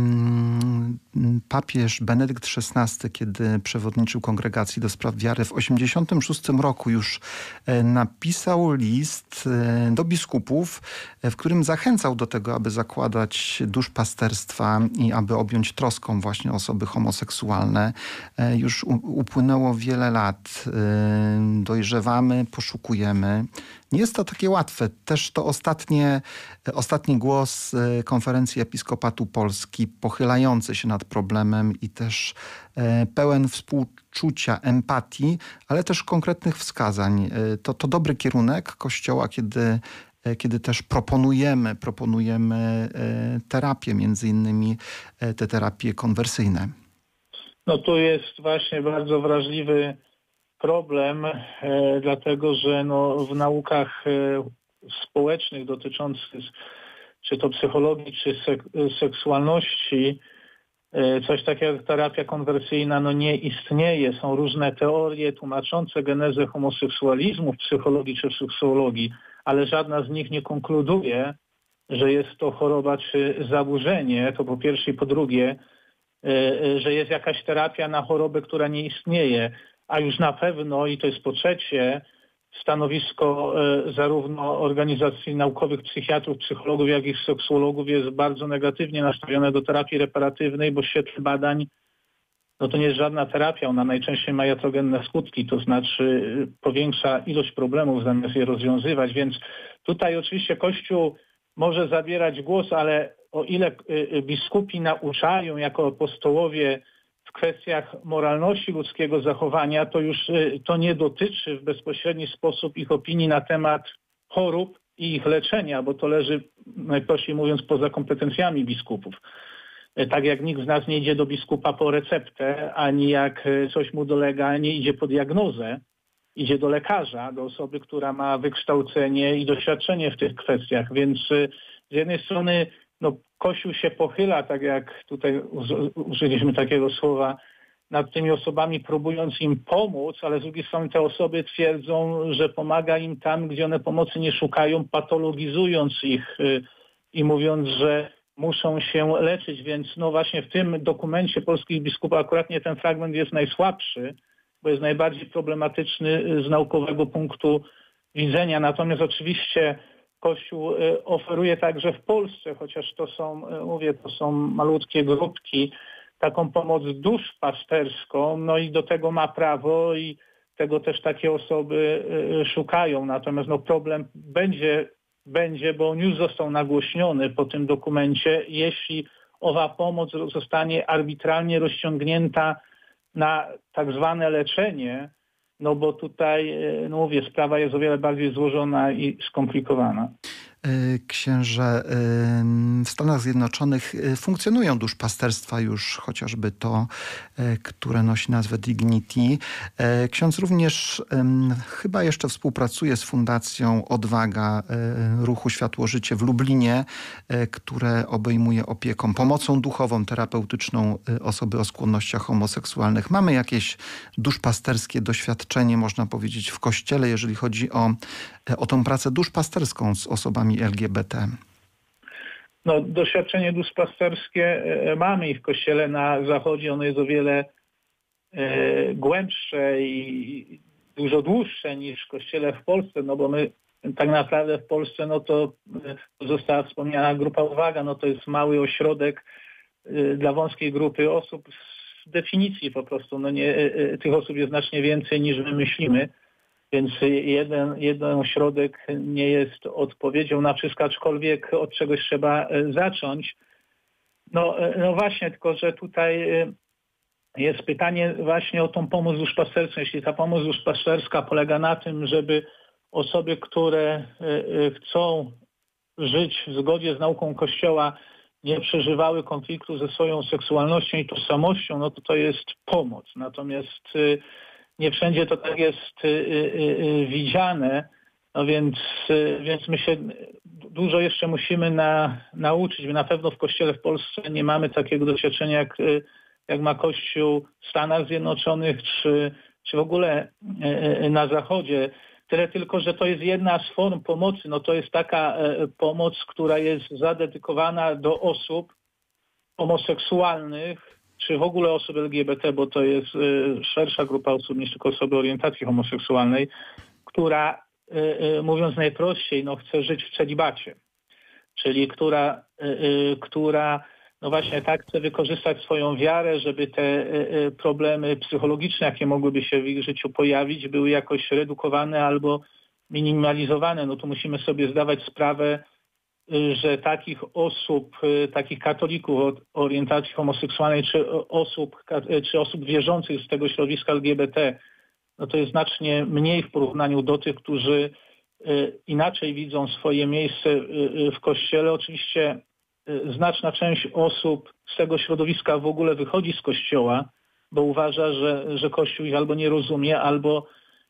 papież Benedykt szesnasty, kiedy przewodniczył Kongregacji do Spraw Wiary w osiemdziesiątym szóstym roku już napisał list do biskupów, w którym zachęcał do tego, aby zakładać duszpasterstwa i aby objąć troską właśnie osoby homoseksualne. Już upłynęło wiele lat. Dojrzewamy, poszukujemy. Nie jest to takie łatwe. Też to ostatnie, ostatni głos Konferencji Episkopatu Polski pochylający się nad problemem i też pełen współczucia, empatii, ale też konkretnych wskazań. To, to dobry kierunek Kościoła, kiedy, kiedy też proponujemy, proponujemy terapię, między innymi te terapie konwersyjne. No tu jest właśnie bardzo wrażliwy problem, e, dlatego że no, w naukach e, społecznych dotyczących czy to psychologii, czy sek seksualności e, coś takiego jak terapia konwersyjna no, nie istnieje. Są różne teorie tłumaczące genezę homoseksualizmu w psychologii czy w seksuologii, ale żadna z nich nie konkluduje, że jest to choroba czy zaburzenie, to po pierwsze i po drugie, e, że jest jakaś terapia na chorobę, która nie istnieje. A już na pewno, i to jest po trzecie, stanowisko e, zarówno organizacji naukowych, psychiatrów, psychologów, jak i seksuologów jest bardzo negatywnie nastawione do terapii reparatywnej, bo w świetle badań no to nie jest żadna terapia, ona najczęściej ma iatrogenne skutki, to znaczy powiększa ilość problemów zamiast je rozwiązywać, więc tutaj oczywiście Kościół może zabierać głos, ale o ile biskupi nauczają jako apostołowie w kwestiach moralności ludzkiego zachowania, to już to nie dotyczy w bezpośredni sposób ich opinii na temat chorób i ich leczenia, bo to leży, najprościej mówiąc, poza kompetencjami biskupów. Tak jak nikt z nas nie idzie do biskupa po receptę, ani jak coś mu dolega, nie idzie po diagnozę, idzie do lekarza, do osoby, która ma wykształcenie i doświadczenie w tych kwestiach. Więc z jednej strony no, Kościół się pochyla, tak jak tutaj użyliśmy takiego słowa, nad tymi osobami, próbując im pomóc, ale z drugiej strony te osoby twierdzą, że pomaga im tam, gdzie one pomocy nie szukają, patologizując ich i mówiąc, że muszą się leczyć. Więc no właśnie w tym dokumencie polskich biskupów akurat nie ten fragment jest najsłabszy, bo jest najbardziej problematyczny z naukowego punktu widzenia. Natomiast oczywiście Kościół oferuje także w Polsce, chociaż to są, mówię, to są malutkie grupki, taką pomoc duszpasterską, no i do tego ma prawo i tego też takie osoby szukają. Natomiast no problem będzie, będzie, bo on już został nagłośniony po tym dokumencie, jeśli owa pomoc zostanie arbitralnie rozciągnięta na tak zwane leczenie, no bo tutaj, no mówię, sprawa jest o wiele bardziej złożona i skomplikowana. Księże, w Stanach Zjednoczonych funkcjonują duszpasterstwa już, chociażby to, które nosi nazwę Dignity. Ksiądz również chyba jeszcze współpracuje z Fundacją Odwaga Ruchu Światło-Życie w Lublinie, które obejmuje opieką, pomocą duchową, terapeutyczną osoby o skłonnościach homoseksualnych. Mamy jakieś duszpasterskie doświadczenie, można powiedzieć, w Kościele, jeżeli chodzi o, o tą pracę duszpasterską z osobami L G B T? No, doświadczenie duszpasterskie mamy i w Kościele na Zachodzie. Ono jest o wiele e, głębsze i dużo dłuższe niż w Kościele w Polsce, no bo my tak naprawdę w Polsce, no to e, została wspomniana grupa Uwaga, no to jest mały ośrodek e, dla wąskiej grupy osób. Z definicji po prostu, no nie, e, tych osób jest znacznie więcej niż my myślimy. Więc jeden, jeden ośrodek nie jest odpowiedzią na wszystko, aczkolwiek od czegoś trzeba zacząć. No, no właśnie, tylko że tutaj jest pytanie właśnie o tą pomoc duszpasterską. Jeśli ta pomoc duszpasterska polega na tym, żeby osoby, które chcą żyć w zgodzie z nauką Kościoła, nie przeżywały konfliktu ze swoją seksualnością i tożsamością, no to to jest pomoc. Natomiast nie wszędzie to tak jest y, y, y, widziane, no więc, y, więc my się dużo jeszcze musimy na, nauczyć. My na pewno w Kościele w Polsce nie mamy takiego doświadczenia, jak, jak ma Kościół w Stanach Zjednoczonych, czy, czy w ogóle y, y, na Zachodzie. Tyle tylko, że to jest jedna z form pomocy. No to jest taka y, pomoc, która jest zadedykowana do osób homoseksualnych, czy w ogóle osób L G B T, bo to jest y, szersza grupa osób niż tylko osoby orientacji homoseksualnej, która, y, y, mówiąc najprościej, no, chce żyć w celibacie. Czyli która, y, y, która no właśnie tak chce wykorzystać swoją wiarę, żeby te y, y, problemy psychologiczne, jakie mogłyby się w ich życiu pojawić, były jakoś redukowane albo minimalizowane. No tu musimy sobie zdawać sprawę, że takich osób, takich katolików o orientacji homoseksualnej, czy osób, czy osób wierzących z tego środowiska L G B T, no to jest znacznie mniej w porównaniu do tych, którzy inaczej widzą swoje miejsce w Kościele. Oczywiście znaczna część osób z tego środowiska w ogóle wychodzi z Kościoła, bo uważa, że, że Kościół ich albo nie rozumie, albo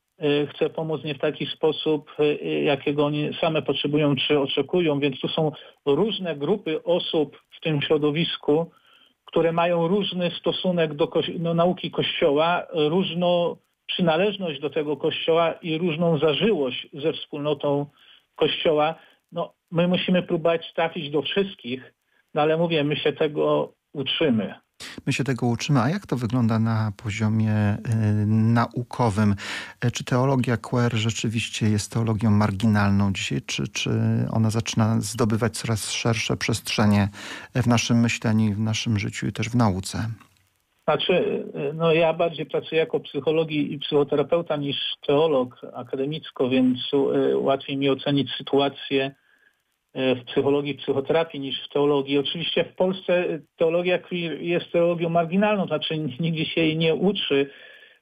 chce pomóc nie w taki sposób, jakiego oni same potrzebują czy oczekują, więc tu są różne grupy osób w tym środowisku, które mają różny stosunek do, do nauki Kościoła, różną przynależność do tego Kościoła i różną zażyłość ze wspólnotą Kościoła. No, my musimy próbować trafić do wszystkich, no ale mówię, my się tego uczymy. My się tego uczymy. A jak to wygląda na poziomie y, naukowym? Czy teologia queer rzeczywiście jest teologią marginalną dzisiaj, czy, czy ona zaczyna zdobywać coraz szersze przestrzenie w naszym myśleniu, w naszym życiu i też w nauce? Znaczy, no ja bardziej pracuję jako psycholog i psychoterapeuta niż teolog akademicko, więc y, łatwiej mi ocenić sytuację w psychologii, psychoterapii niż w teologii. Oczywiście w Polsce teologia queer jest teologią marginalną, znaczy nigdzie się jej nie uczy.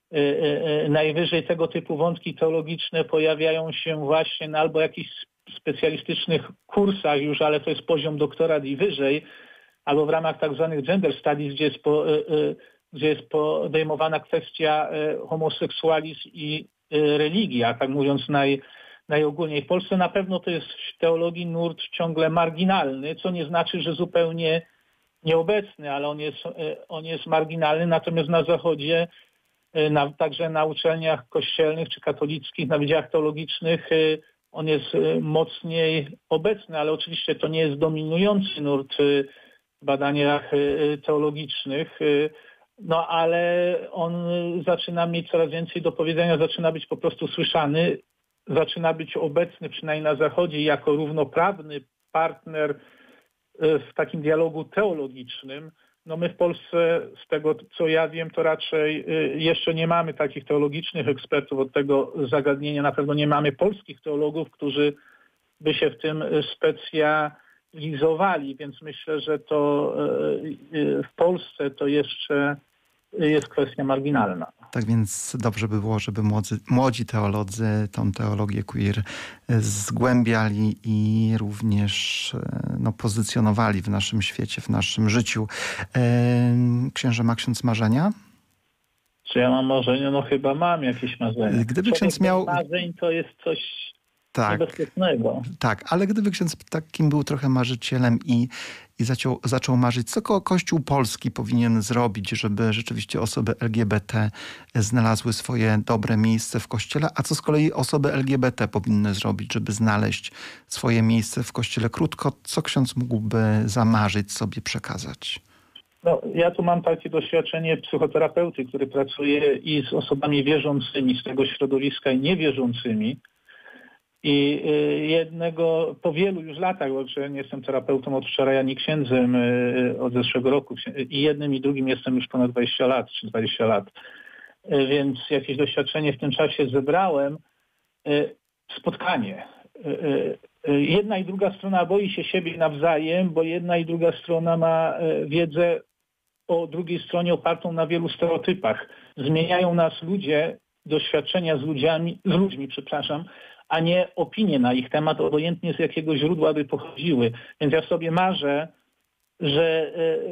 Najwyżej tego typu wątki teologiczne pojawiają się właśnie na albo jakichś specjalistycznych kursach już, ale to jest poziom doktorat i wyżej, albo w ramach tak zwanych gender studies, gdzie jest, po, gdzie jest podejmowana kwestia homoseksualizm i religia, tak mówiąc naj najogólniej. W Polsce na pewno to jest w teologii nurt ciągle marginalny, co nie znaczy, że zupełnie nieobecny, ale on jest, on jest marginalny, natomiast na Zachodzie, na, także na uczelniach kościelnych czy katolickich, na wydziałach teologicznych on jest mocniej obecny, ale oczywiście to nie jest dominujący nurt w badaniach teologicznych, no ale on zaczyna mieć coraz więcej do powiedzenia, zaczyna być po prostu słyszany, zaczyna być obecny przynajmniej na Zachodzie jako równoprawny partner w takim dialogu teologicznym. No my w Polsce, z tego co ja wiem, to raczej jeszcze nie mamy takich teologicznych ekspertów od tego zagadnienia. Na pewno nie mamy polskich teologów, którzy by się w tym specjalizowali, więc myślę, że to w Polsce to jeszcze jest kwestia marginalna. Tak więc dobrze by było, żeby młodzy, młodzi teolodzy tą teologię queer zgłębiali i również no, pozycjonowali w naszym świecie, w naszym życiu. Księże, ma ksiądz marzenia? Czy ja mam marzenia? No chyba mam jakieś marzenia. Gdyby ksiądz miał... marzeń to jest coś tak, niebezpiecznego. Tak, ale gdyby ksiądz takim był trochę marzycielem i, i zaczął, zaczął marzyć, co ko- Kościół polski powinien zrobić, żeby rzeczywiście osoby L G B T znalazły swoje dobre miejsce w Kościele, a co z kolei osoby L G B T powinny zrobić, żeby znaleźć swoje miejsce w Kościele? Krótko, co ksiądz mógłby zamarzyć, sobie przekazać? No, ja tu mam takie doświadczenie psychoterapeuty, który pracuje i z osobami wierzącymi z tego środowiska i niewierzącymi. I jednego, po wielu już latach, bo ja nie jestem terapeutą od wczoraj, ani księdzem od zeszłego roku. I jednym i drugim jestem już ponad dwadzieścia lat, czy dwadzieścia lat. Więc jakieś doświadczenie w tym czasie zebrałem. Spotkanie. Jedna i druga strona boi się siebie nawzajem, bo jedna i druga strona ma wiedzę o drugiej stronie opartą na wielu stereotypach. Zmieniają nas ludzie, doświadczenia z ludźmi, z ludźmi, przepraszam, a nie opinie na ich temat, obojętnie z jakiego źródła by pochodziły. Więc ja sobie marzę, że,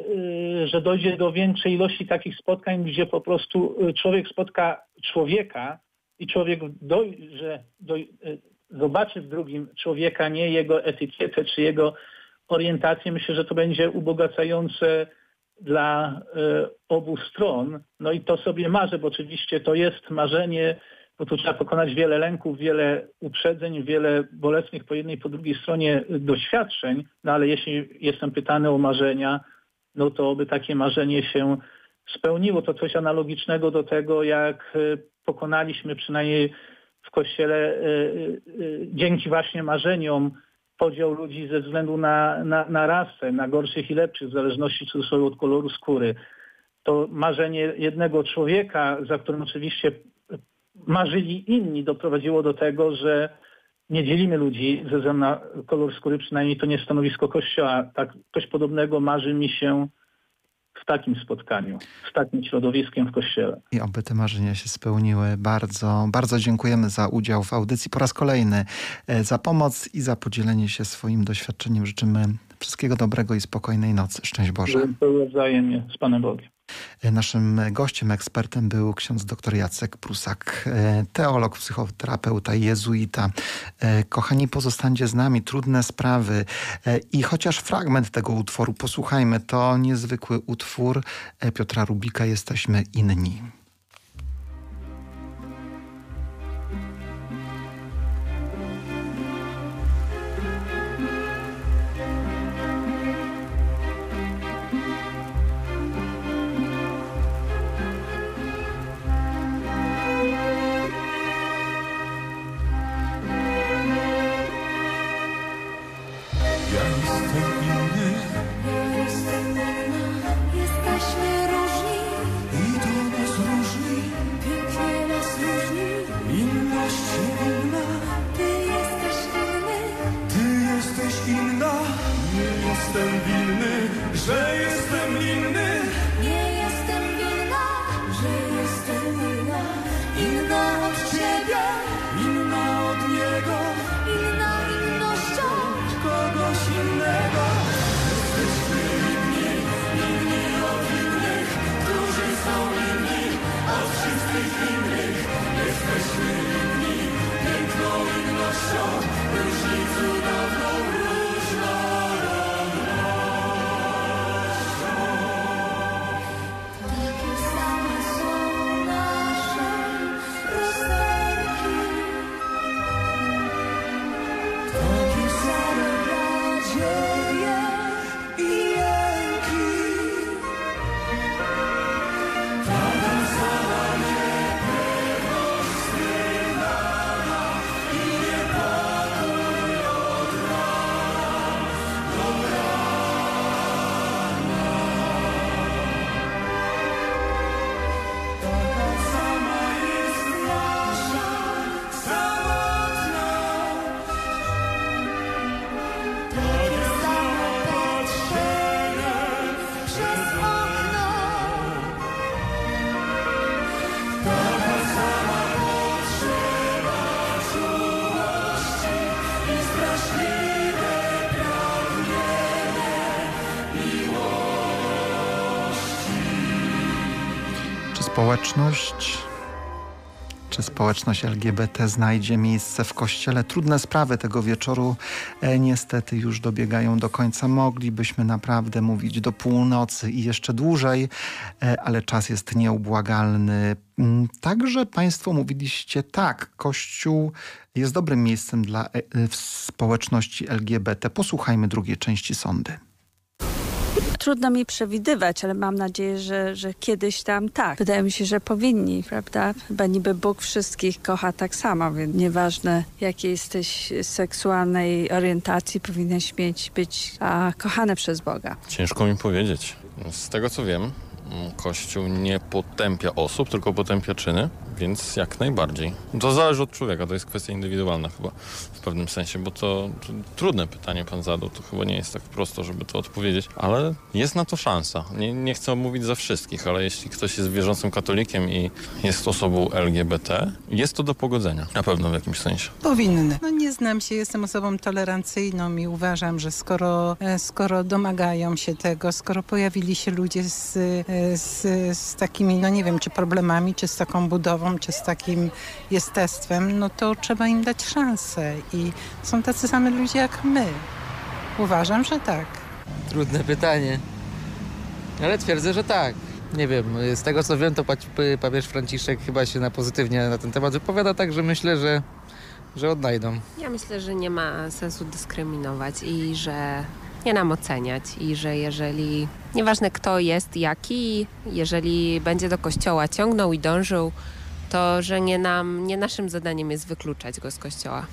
że dojdzie do większej ilości takich spotkań, gdzie po prostu człowiek spotka człowieka i człowiek doj, że doj, zobaczy w drugim człowieka, nie jego etykietę czy jego orientację. Myślę, że to będzie ubogacające dla obu stron. No i to sobie marzę, bo oczywiście to jest marzenie, bo tu trzeba pokonać wiele lęków, wiele uprzedzeń, wiele bolesnych po jednej i po drugiej stronie doświadczeń, no ale jeśli jestem pytany o marzenia, no to by takie marzenie się spełniło. To coś analogicznego do tego, jak pokonaliśmy przynajmniej w Kościele dzięki właśnie marzeniom podział ludzi ze względu na, na, na rasę, na gorszych i lepszych, w zależności cudzysłowie od koloru skóry. To marzenie jednego człowieka, za którym oczywiście marzyli inni, doprowadziło do tego, że nie dzielimy ludzi ze względu na kolor skóry, przynajmniej to nie stanowisko Kościoła. Tak, coś podobnego marzy mi się w takim spotkaniu, z takim środowiskiem w Kościele. I oby te marzenia się spełniły. Bardzo, bardzo dziękujemy za udział w audycji po raz kolejny, za pomoc i za podzielenie się swoim doświadczeniem. Życzymy wszystkiego dobrego i spokojnej nocy. Szczęść Boże. Dziękuję wzajemnie. Z Panem Bogiem. Naszym gościem, ekspertem był ksiądz dr Jacek Prusak, teolog, psychoterapeuta, jezuita. Kochani, pozostańcie z nami, trudne sprawy. I chociaż fragment tego utworu posłuchajmy, to niezwykły utwór Piotra Rubika, Jesteśmy inni. Jesteśmy różni i to nas różni. społeczność, czy społeczność L G B T znajdzie miejsce w kościele? Trudne sprawy tego wieczoru e, niestety już dobiegają do końca. Moglibyśmy naprawdę mówić do północy i jeszcze dłużej, e, ale czas jest nieubłagalny. Także Państwo mówiliście tak, Kościół jest dobrym miejscem dla e, społeczności L G B T. Posłuchajmy drugiej części sondy. Trudno mi przewidywać, ale mam nadzieję, że, że kiedyś tam tak. Wydaje mi się, że powinni, prawda? Chyba niby Bóg wszystkich kocha tak samo, więc nieważne jakiej jesteś seksualnej orientacji, powinieneś mieć być a, kochany przez Boga. Ciężko mi powiedzieć. Z tego co wiem, Kościół nie potępia osób, tylko potępia czyny, więc jak najbardziej. To zależy od człowieka, to jest kwestia indywidualna chyba w pewnym sensie, bo to, to trudne pytanie pan zadał, to chyba nie jest tak prosto, żeby to odpowiedzieć, ale jest na to szansa. Nie, nie chcę mówić za wszystkich, ale jeśli ktoś jest wierzącym katolikiem i jest osobą L G B T, jest to do pogodzenia, na pewno w jakimś sensie. Powinny. No nie znam się, jestem osobą tolerancyjną i uważam, że skoro, skoro domagają się tego, skoro pojawili się ludzie z, z, z takimi, no nie wiem, czy problemami, czy z taką budową, czy z takim jestestwem, no to trzeba im dać szansę i są tacy sami ludzie jak my. Uważam, że tak. Trudne pytanie, ale twierdzę, że tak. Nie wiem, z tego co wiem, to papież Franciszek chyba się na pozytywnie na ten temat wypowiada, także myślę, że, że odnajdą. Ja myślę, że nie ma sensu dyskryminować i że nie nam oceniać i że jeżeli, nieważne kto jest, jaki, jeżeli będzie do kościoła ciągnął i dążył, to że nie, nam, nie naszym zadaniem jest wykluczać go z kościoła.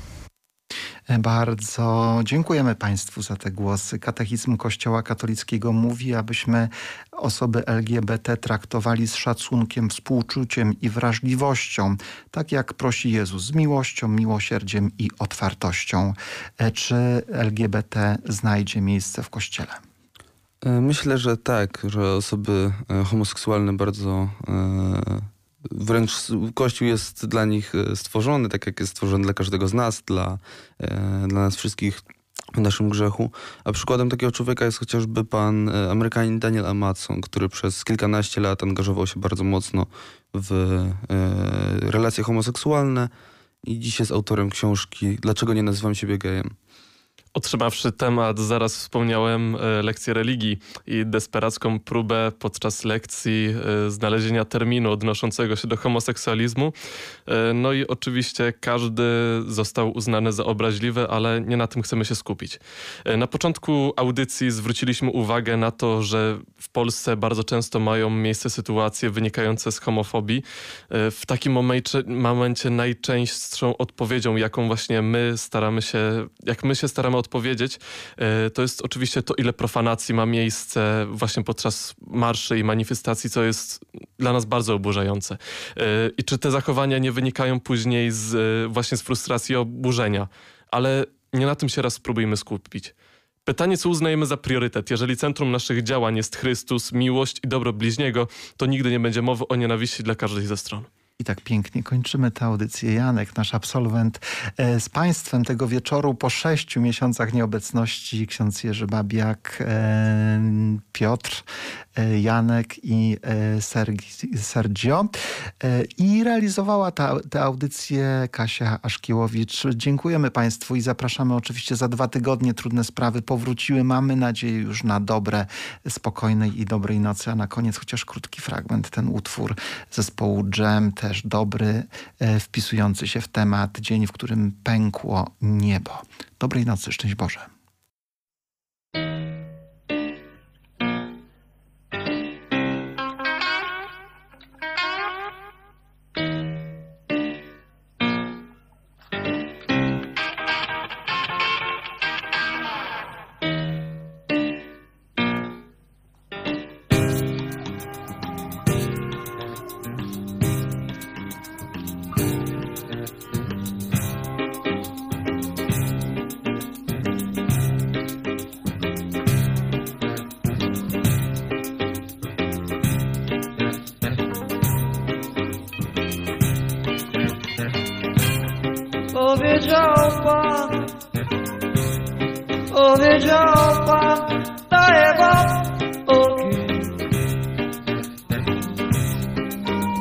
Bardzo dziękujemy Państwu za te głosy. Katechizm Kościoła katolickiego mówi, abyśmy osoby L G B T traktowali z szacunkiem, współczuciem i wrażliwością, tak jak prosi Jezus, z miłością, miłosierdziem i otwartością. Czy L G B T znajdzie miejsce w Kościele? Myślę, że tak, że osoby homoseksualne bardzo... Yy... Wręcz Kościół jest dla nich stworzony, tak jak jest stworzony dla każdego z nas, dla, dla nas wszystkich w naszym grzechu. A przykładem takiego człowieka jest chociażby pan Amerykanin Daniel Amazon, który przez kilkanaście lat angażował się bardzo mocno w e, relacje homoseksualne i dziś jest autorem książki Dlaczego nie nazywam siebie gejem. Otrzymawszy temat, zaraz wspomniałem e, lekcję religii i desperacką próbę podczas lekcji e, znalezienia terminu odnoszącego się do homoseksualizmu. E, no i oczywiście każdy został uznany za obraźliwy, ale nie na tym chcemy się skupić. E, na początku audycji zwróciliśmy uwagę na to, że w Polsce bardzo często mają miejsce sytuacje wynikające z homofobii. E, w takim momencie, momencie najczęstszą odpowiedzią, jaką właśnie my staramy się, jak my się staramy odpowiedzieć, to jest oczywiście to, ile profanacji ma miejsce właśnie podczas marszy i manifestacji, co jest dla nas bardzo oburzające. I czy te zachowania nie wynikają później z, właśnie z frustracji i oburzenia. Ale nie na tym się raz spróbujmy skupić. Pytanie, co uznajemy za priorytet. Jeżeli centrum naszych działań jest Chrystus, miłość i dobro bliźniego, to nigdy nie będzie mowy o nienawiści dla każdej ze stron. I tak pięknie kończymy tę audycję. Janek, nasz absolwent, z Państwem tego wieczoru po sześciu miesiącach nieobecności, ksiądz Jerzy Babiak, Piotr, Janek i Sergio. I realizowała tę audycję Kasia Aszkiłowicz. Dziękujemy Państwu i zapraszamy oczywiście za dwa tygodnie. Trudne sprawy powróciły. Mamy nadzieję już na dobre, spokojnej i dobrej nocy. A na koniec chociaż krótki fragment. Ten utwór zespołu Dżem, też dobry, wpisujący się w temat. Dzień, w którym pękło niebo. Dobrej nocy, szczęść Boże. Powiedział Pan, powiedział Pan, daję wam ogień.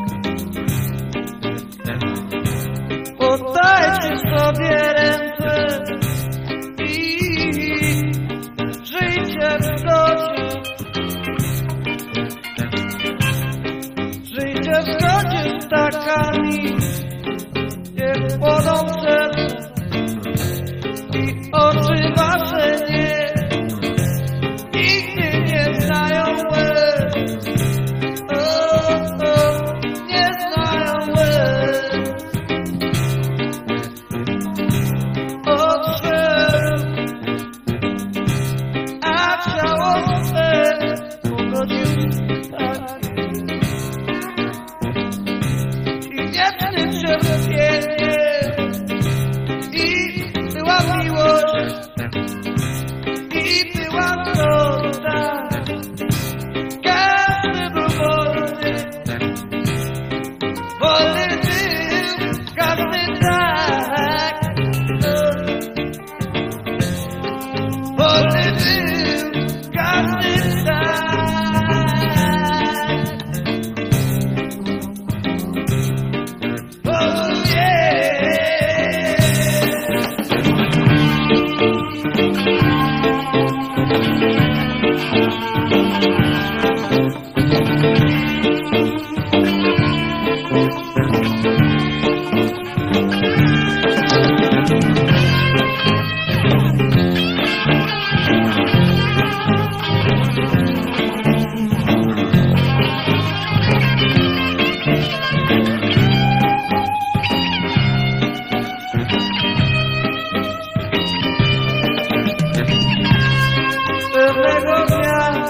ptakami, niech płoną serca i oczy wasze nie, nigdy nie znają łez, o, o, nie znają łez. Odszedł, a ciało swe pogodził tak. I wiecznym cierpieniem i była miłość i była zgoda. Każdy był wolny, wolny był każdy tak. Wolny był każdy tak. Pewnego dnia,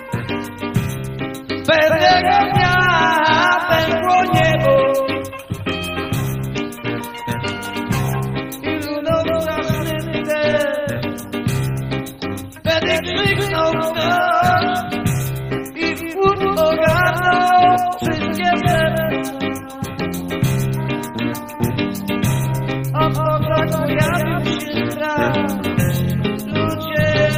pewnego dnia pękło niebo i lunął straszny deszcz. Wtedy krzyknął ktoś i wód ogarnął wszystkie serca. A potem pojawił się strach. Ludzie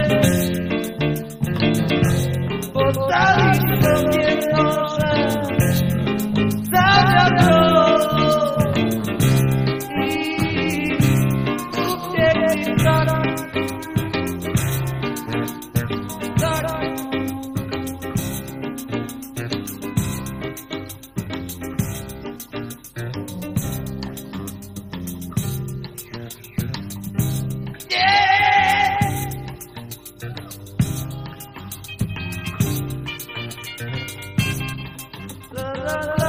poddali sobie noże, zawiadło i uciekli tak, tak. La la la.